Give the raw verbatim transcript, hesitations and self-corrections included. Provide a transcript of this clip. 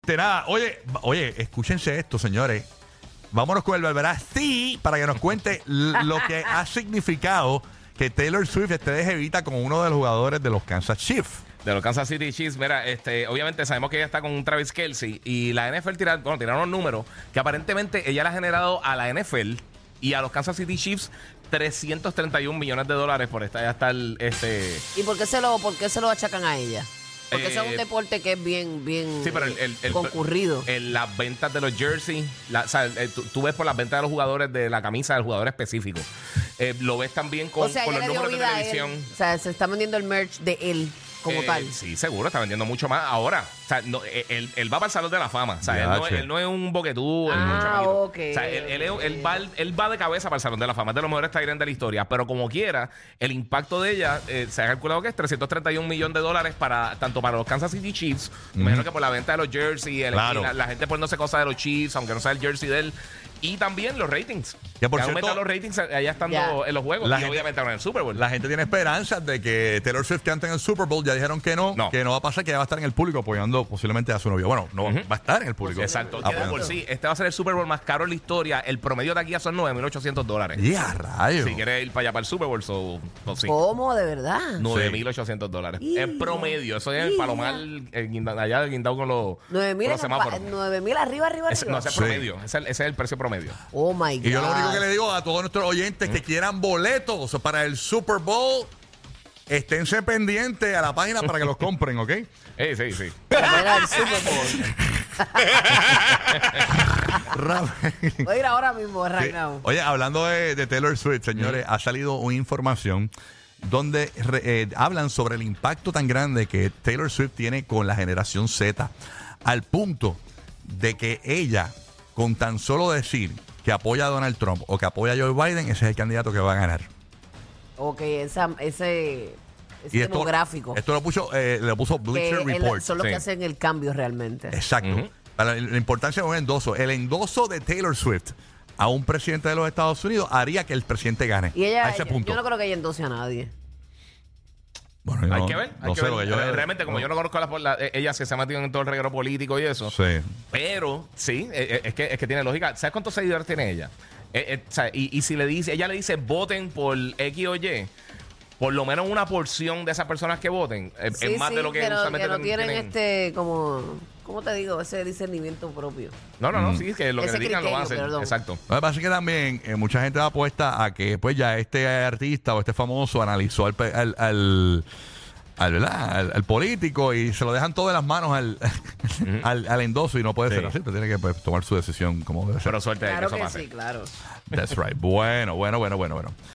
Este, nada, oye, oye, escúchense esto, señores. Vámonos con el Barbarazzi para que nos cuente lo que ha significado que Taylor Swift esté de jevita con uno de los jugadores de los Kansas Chiefs. De los Kansas City Chiefs, mira, este, obviamente sabemos que ella está con Travis Kelce y la N F L tira, bueno, tiraron unos números que aparentemente ella le ha generado a la N F L y a los Kansas City Chiefs trescientos treinta y un millones de dólares por esta, ya está el, este... ¿Y por qué se lo, por qué se lo achacan a ella? Porque Eh, eso es un deporte que es bien, bien Sí, pero el, el- el- concurrido. el- las ventas de los jerseys, la- o sea, el- tú, tú ves por las ventas de los jugadores de la camisa del jugador específico. Eh, lo ves también con, o sea, con ella los le dio números de vida a él. televisión. O sea, se está vendiendo el merch de él como Eh, tal. Sí, seguro, está vendiendo mucho más ahora. O sea, no, eh, él, él va para el Salón de la Fama. O sea, él no, Yache. él no es un boquetú. él no es un Ah, chamaquito. ok, O sea, él, él es- ok. él va, él va de cabeza para el Salón de la Fama. Es de los mejores tight ends de la historia. Pero como quiera, el impacto de ella eh, se ha calculado que es trescientos treinta y un millones de dólares para tanto para los Kansas City Chiefs. Me imagino que por la venta de los jerseys, el- Claro. y la, la gente poniéndose cosas de los Chiefs, aunque no sea el jersey de él. Y también los ratings. Que, por han cierto, aumentado los ratings allá estando Ya. en los juegos. La y gente- obviamente ahora en el Super Bowl. La gente tiene esperanzas de que Taylor Swift cante en el Super Bowl. Ya dijeron que no, No. que no va a pasar, que ella va a estar en el público apoyando posiblemente a su novio. Bueno, no, Ujú. va a estar en el público. Exacto. Que de Apoyando. por sí, este va a ser el Super Bowl más caro en la historia. El promedio de aquí son nueve mil ochocientos dólares. ¡Ya, rayos! Si quieres ir para allá para el Super Bowl, so, so sí. ¿Cómo? ¿De verdad? nueve mil ochocientos dólares. Y- Es promedio. Eso es el y- palomar, el guinda- allá el guindado con los, nueve mil con los semáforos. arriba, arriba, Ese, no, arriba. ese es Sí. promedio. Ese, es el- ese es el precio promedio. Oh my God. Y yo lo único que le digo a todos nuestros oyentes que quieran boletos para el Super Bowl, esténse pendientes a la página para que los compren, ¿ok? Eh, sí, sí. Era el Super Bowl. Rápido. Voy a ir ahora mismo, right Sí. now. Oye, hablando de, de Taylor Swift, señores, ha salido una información donde re- eh, hablan sobre el impacto tan grande que Taylor Swift tiene con la generación Z, al punto de que ella, con tan solo decir que apoya a Donald Trump o que apoya a Joe Biden, ese es el candidato que va a ganar. Ok, esa, ese, ese esto, demográfico. esto lo puso, eh, lo puso que Bleacher el- Report. son los sí. que hacen el cambio realmente. Exacto. Ujú. Para la, la importancia de un endoso. El endoso de Taylor Swift a un presidente de los Estados Unidos haría que el presidente gane. Y ella, a ese yo- punto. yo no creo que ella endose a nadie. Bueno, yo Hay no- que ver. No hay que sé, ver. porque yo Eh, Realmente, como yo no conozco a la, la- eh, ella se se ha metido en todo el reguero político y eso. Sí. Pero, sí, eh, eh, es, que, es que tiene lógica. ¿Sabes cuántos seguidores tiene ella? Eh, eh, o sea, y, y si le dice, ella le dice voten por X o Y, por lo menos una porción de esas personas que voten eh, Sí, es más sí, de lo que, que no, usualmente que no ten- tienen, tienen. este, como, ¿cómo te digo? Ese discernimiento propio. No, no, no, sí, que lo que Ese le digan lo van a hacer. criterio, perdón. Exacto. Lo que pasa es que también eh, mucha gente apuesta a que pues ya este artista o este famoso analizó al, pe- al, al, al, ¿verdad? al, al político y se lo dejan todo en las manos al, al, al endoso y no puede Sí. ser así, pero tiene que pues, tomar su decisión como debe ser. Pero suerte de que Claro eso que pase. sí, claro. That's right. Bueno, bueno, bueno, bueno, bueno.